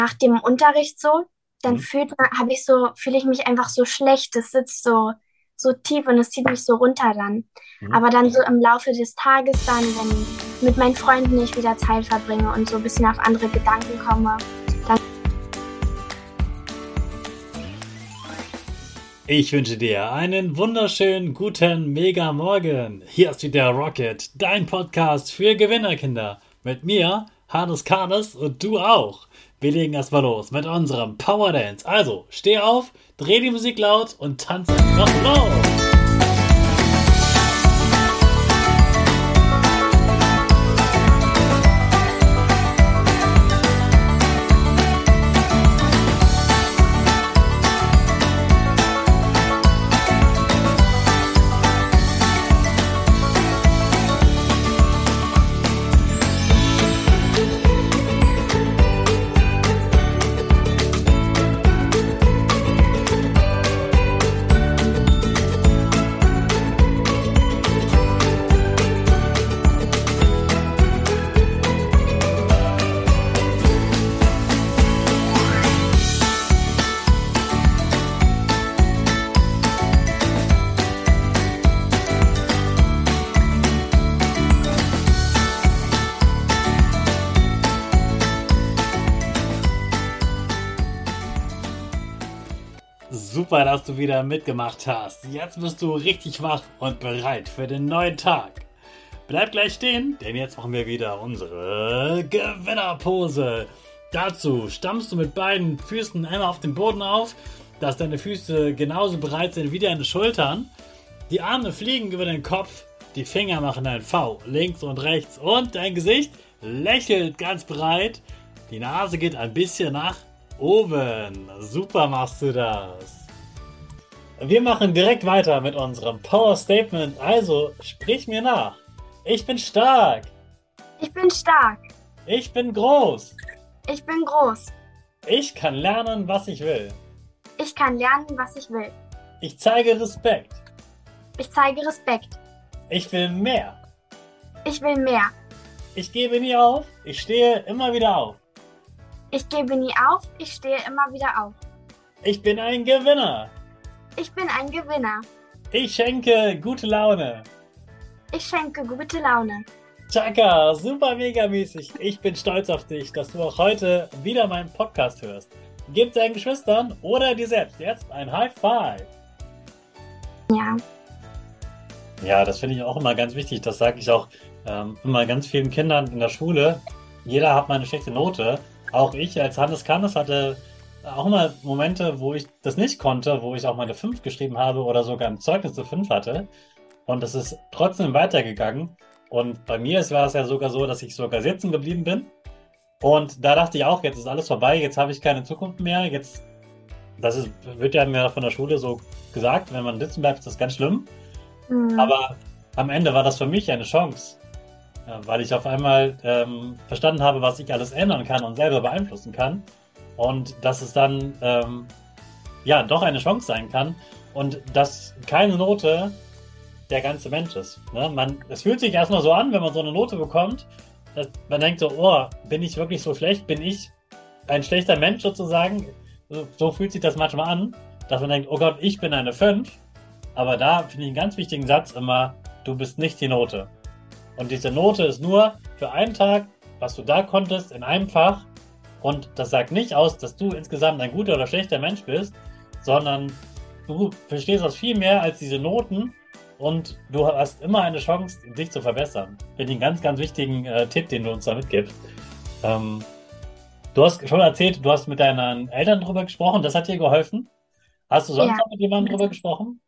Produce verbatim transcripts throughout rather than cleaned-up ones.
nach dem Unterricht so, dann Mhm. fühlt man, habe ich so, fühle ich mich einfach so schlecht. Das sitzt so, so tief und es zieht mich so runter dann. Mhm. Aber dann so im Laufe des Tages dann, wenn mit meinen Freunden ich wieder Zeit verbringe und so ein bisschen auf andere Gedanken komme, dann Ich wünsche dir einen wunderschönen guten Mega Morgen. Hier ist wieder Rocket, dein Podcast für Gewinnerkinder. Mit mir, Hannes Karnes und du auch. Wir legen erstmal los mit unserem Power Dance. Also, steh auf, dreh die Musik laut und tanz einfach los. Super, dass du wieder mitgemacht hast. Jetzt bist du richtig wach und bereit für den neuen Tag. Bleib gleich stehen, denn jetzt machen wir wieder unsere Gewinnerpose. Dazu stammst du mit beiden Füßen einmal auf den Boden auf, dass deine Füße genauso breit sind wie deine Schultern. Die Arme fliegen über den Kopf, die Finger machen ein V links und rechts und dein Gesicht lächelt ganz breit. Die Nase geht ein bisschen nach oben. Super machst du das. Wir machen direkt weiter mit unserem Power Statement. Also sprich mir nach. Ich bin stark. ich bin stark, Ich bin groß. ich bin groß, Ich kann lernen, was ich will. ich kann lernen, was ich will. Ich zeige Respekt. Ich zeige Respekt, Ich will mehr. ich will mehr. Ich gebe nie auf. Ich stehe immer wieder auf. Ich gebe nie auf, ich stehe immer wieder auf. Ich bin ein Gewinner. Ich bin ein Gewinner. Ich schenke gute Laune. Ich schenke gute Laune. Chaka, super mega mäßig. Ich bin stolz auf dich, dass du auch heute wieder meinen Podcast hörst. Gib deinen Geschwistern oder dir selbst jetzt ein High Five. Ja, Ja, das finde ich auch immer ganz wichtig. Das sage ich auch ähm, immer ganz vielen Kindern in der Schule. Jeder hat mal eine schlechte Note. Auch ich als Hannes Kannes hatte auch mal Momente, wo ich das nicht konnte, wo ich auch mal eine fünf geschrieben habe oder sogar im Zeugnis eine fünf hatte. Und es ist trotzdem weitergegangen. Und bei mir war es ja sogar so, dass ich sogar sitzen geblieben bin. Und da dachte ich auch, jetzt ist alles vorbei, jetzt habe ich keine Zukunft mehr. Jetzt, das ist, wird ja mir von der Schule so gesagt, wenn man sitzen bleibt, ist das ganz schlimm. hm, Aber am Ende war das für mich eine Chance, ja, weil ich auf einmal ähm, verstanden habe, was ich alles ändern kann und selber beeinflussen kann. Und dass es dann ähm, ja doch eine Chance sein kann und dass keine Note der ganze Mensch ist. Ne? Man, es fühlt sich erstmal so an, wenn man so eine Note bekommt, dass man denkt so, oh, bin ich wirklich so schlecht? Bin ich ein schlechter Mensch sozusagen? So, so fühlt sich das manchmal an, dass man denkt, oh Gott, ich bin eine fünf. Aber da finde ich einen ganz wichtigen Satz immer, du bist nicht die Note. Und diese Note ist nur für einen Tag, was du da konntest in einem Fach. Und das sagt nicht aus, dass du insgesamt ein guter oder schlechter Mensch bist, sondern du verstehst das viel mehr als diese Noten und du hast immer eine Chance, dich zu verbessern. Finde ich einen ganz, ganz wichtigen äh, Tipp, den du uns da mitgibst. Ähm, du hast schon erzählt, du hast mit deinen Eltern drüber gesprochen, das hat dir geholfen. Hast du sonst ja. noch mit jemandem drüber gesprochen?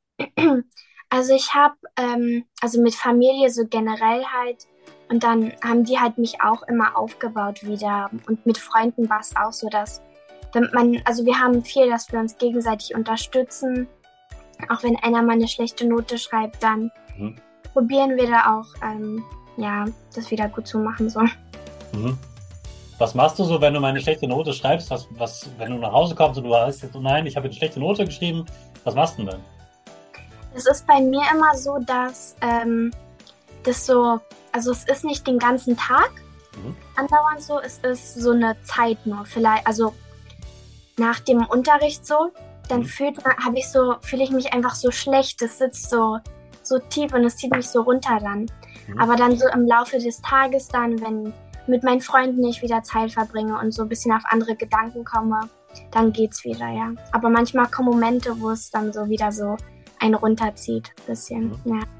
Also ich habe, ähm, also mit Familie so generell halt, und dann haben die halt mich auch immer aufgebaut wieder. Und mit Freunden war es auch so, dass wenn man, also wir haben viel, dass wir uns gegenseitig unterstützen. Auch wenn einer mal eine schlechte Note schreibt, dann Mhm. probieren wir da auch, ähm, ja, das wieder gut zu machen. So. Mhm. Was machst du so, wenn du mal eine schlechte Note schreibst? Was, was, wenn du nach Hause kommst und du weißt jetzt, oh nein, ich habe eine schlechte Note geschrieben, was machst du denn dann? Es ist bei mir immer so, dass ähm, das so, also es ist nicht den ganzen Tag, Mhm. andauernd so. Es ist so eine Zeit nur. Vielleicht, also nach dem Unterricht so, dann Mhm. fühlt man, habe ich so, fühle ich mich einfach so schlecht. Das sitzt so, so tief und es zieht mich so runter dann. Mhm. Aber dann so im Laufe des Tages dann, wenn mit meinen Freunden ich wieder Zeit verbringe und so ein bisschen auf andere Gedanken komme, dann geht's wieder, ja. Aber manchmal kommen Momente, wo es dann so wieder so einen runterzieht, ein bisschen, Mhm. ja.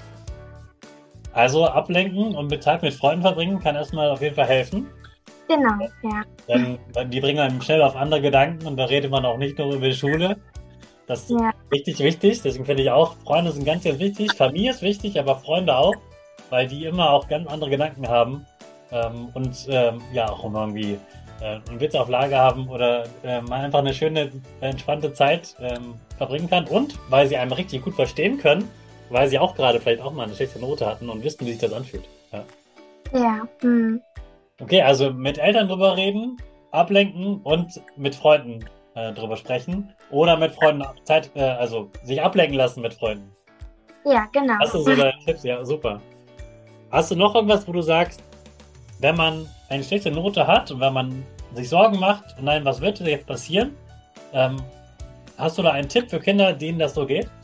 Also ablenken und mit Zeit mit Freunden verbringen kann erstmal auf jeden Fall helfen. Genau, ja. Denn die bringen einem schnell auf andere Gedanken und da redet man auch nicht nur über die Schule. Das ist Ja. richtig wichtig, deswegen finde ich auch, Freunde sind ganz, ganz wichtig. Familie ist wichtig, aber Freunde auch, weil die immer auch ganz andere Gedanken haben ähm, und ähm, ja auch immer irgendwie äh, einen Witz auf Lager haben oder äh, man einfach eine schöne, entspannte Zeit ähm, verbringen kann und weil sie einem richtig gut verstehen können, weil sie auch gerade vielleicht auch mal eine schlechte Note hatten und wissen, wie sich das anfühlt. Ja. Ja, hm. Okay, also mit Eltern drüber reden, ablenken und mit Freunden äh, drüber sprechen oder mit Freunden Zeit, äh, also sich ablenken lassen mit Freunden. Ja, genau. Hast du so deine Tipps? Ja, super. Hast du noch irgendwas, wo du sagst, wenn man eine schlechte Note hat und wenn man sich Sorgen macht, nein, was wird jetzt passieren? Ähm, hast du da einen Tipp für Kinder, denen das so geht?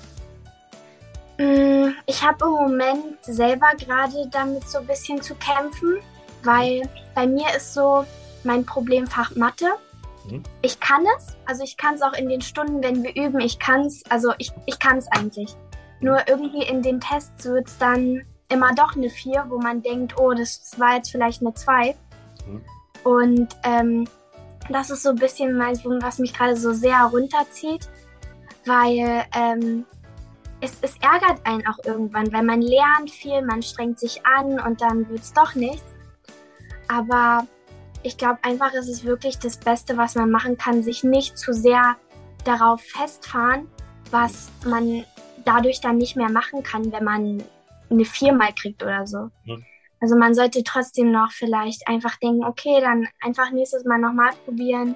Mm, Ich habe im Moment selber gerade damit so ein bisschen zu kämpfen, weil bei mir ist so mein Problemfach Mathe. Mhm. Ich kann es, also ich kann es auch in den Stunden, wenn wir üben, ich kann es, also ich, ich kann es eigentlich. Nur irgendwie in den Tests wird es dann immer doch eine vier, wo man denkt, oh, das war jetzt vielleicht eine zwei. Mhm. Und ähm, das ist so ein bisschen, was mich gerade so sehr runterzieht, weil ähm, es, es ärgert einen auch irgendwann, weil man lernt viel, man strengt sich an und dann wird es doch nichts. Aber ich glaube einfach, es ist wirklich das Beste, was man machen kann, sich nicht zu sehr darauf festfahren, was man dadurch dann nicht mehr machen kann, wenn man eine vier mal kriegt oder so. Mhm. Also man sollte trotzdem noch vielleicht einfach denken, okay, dann einfach nächstes Mal nochmal probieren.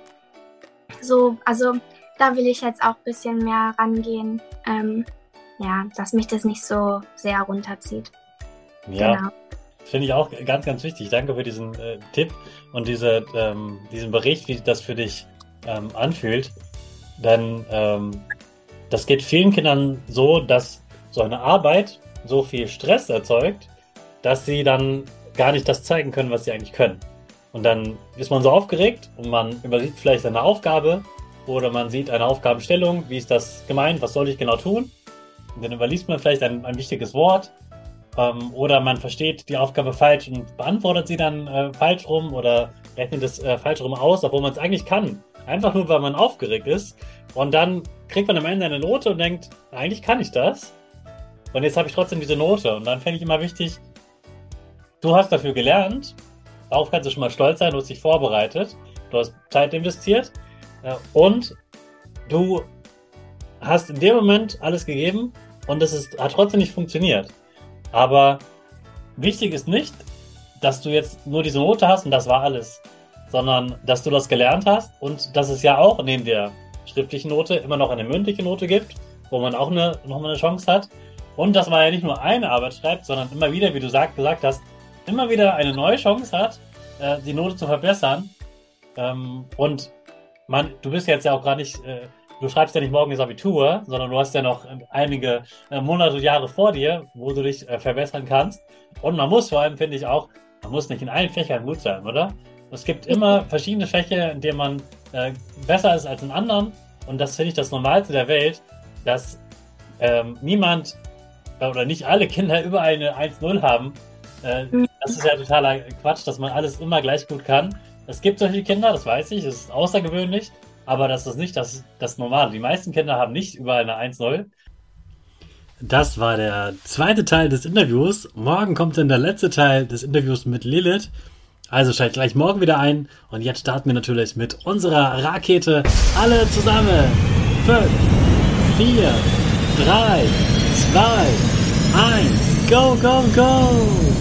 So, also da will ich jetzt auch ein bisschen mehr rangehen. Ähm, ja, dass mich das nicht so sehr runterzieht. Ja, Genau. finde ich auch ganz, ganz wichtig. Danke für diesen äh, Tipp und diese, ähm, diesen Bericht, wie das für dich ähm, anfühlt. Denn ähm, das geht vielen Kindern so, dass so eine Arbeit so viel Stress erzeugt, dass sie dann gar nicht das zeigen können, was sie eigentlich können. Und dann ist man so aufgeregt und man übersieht vielleicht eine Aufgabe oder man sieht eine Aufgabenstellung, wie ist das gemeint, was soll ich genau tun? Und dann überliest man vielleicht ein, ein wichtiges Wort ähm, oder man versteht die Aufgabe falsch und beantwortet sie dann äh, falsch rum oder rechnet es äh, falsch rum aus, obwohl man es eigentlich kann. Einfach nur, weil man aufgeregt ist. Und dann kriegt man am Ende eine Note und denkt, eigentlich kann ich das. Und jetzt habe ich trotzdem diese Note. Und dann fände ich immer wichtig, du hast dafür gelernt, darauf kannst du schon mal stolz sein, du hast dich vorbereitet, du hast Zeit investiert äh, und du hast in dem Moment alles gegeben und es ist, hat trotzdem nicht funktioniert. Aber wichtig ist nicht, dass du jetzt nur diese Note hast und das war alles, sondern dass du das gelernt hast und dass es ja auch neben der schriftlichen Note immer noch eine mündliche Note gibt, wo man auch eine, nochmal eine Chance hat. Und dass man ja nicht nur eine Arbeit schreibt, sondern immer wieder, wie du sag, gesagt hast, immer wieder eine neue Chance hat, äh, die Note zu verbessern. Ähm, und man, du bist jetzt ja auch gar nicht, äh, du schreibst ja nicht morgen das Abitur, sondern du hast ja noch einige äh, Monate, Jahre vor dir, wo du dich äh, verbessern kannst. Und man muss vor allem, finde ich auch, man muss nicht in allen Fächern gut sein, oder? Es gibt immer verschiedene Fächer, in denen man äh, besser ist als in anderen. Und das finde ich das Normalste der Welt, dass ähm, niemand äh, oder nicht alle Kinder überall eine eins null haben. Äh, das ist ja totaler Quatsch, dass man alles immer gleich gut kann. Es gibt solche Kinder, das weiß ich, das ist außergewöhnlich, aber das ist nicht das, das Normale. Die meisten Kinder haben nicht überall eine eins null. Das war der zweite Teil des Interviews. Morgen kommt dann der letzte Teil des Interviews mit Lilith. Also schaltet gleich morgen wieder ein. Und jetzt starten wir natürlich mit unserer Rakete. Alle zusammen. fünf, vier, drei, zwei, eins. Go, go, go!